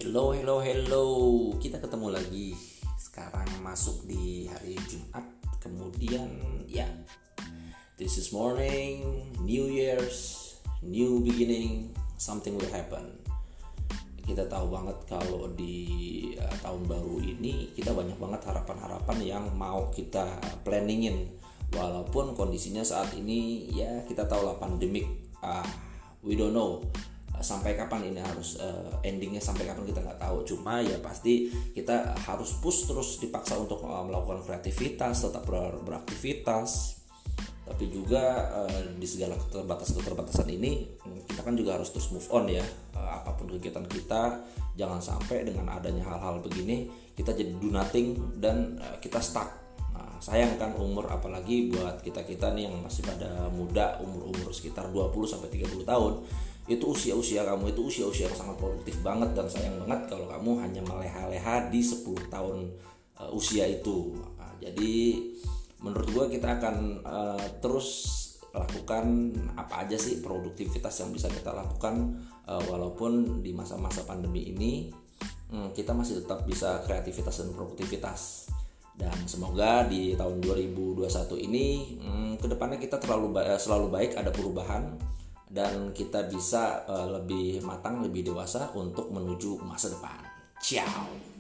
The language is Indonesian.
Hello, hello, hello. Kita ketemu lagi. Sekarang masuk di hari Jumat. Kemudian this is morning, New Year's, new beginning, something will happen. Kita tahu banget kalau di tahun baru ini kita banyak banget harapan-harapan yang mau kita planningin. Walaupun kondisinya saat ini kita tahu lah pandemik, we don't know sampai kapan ini harus endingnya, sampai kapan kita nggak tahu. Cuma pasti kita harus push terus, dipaksa untuk melakukan kreativitas, tetap beraktivitas. Tapi juga di segala keterbatasan ini kita kan juga harus terus move on apapun kegiatan kita, jangan sampai dengan adanya hal-hal begini kita jadi do nothing dan kita stuck. Sayang kan umur, apalagi buat kita nih yang masih pada muda, umur sekitar 20-30 tahun. Itu usia kamu, itu usia yang sangat produktif banget, dan sayang banget kalau kamu hanya meleha-leha di 10 tahun usia itu. Jadi menurut gue kita akan terus lakukan apa aja sih produktivitas yang bisa kita lakukan, walaupun di masa-masa pandemi ini kita masih tetap bisa kreativitas dan produktivitas. Dan semoga di tahun 2021 ini kedepannya kita selalu baik, ada perubahan, dan kita bisa lebih matang, lebih dewasa untuk menuju masa depan. Ciao.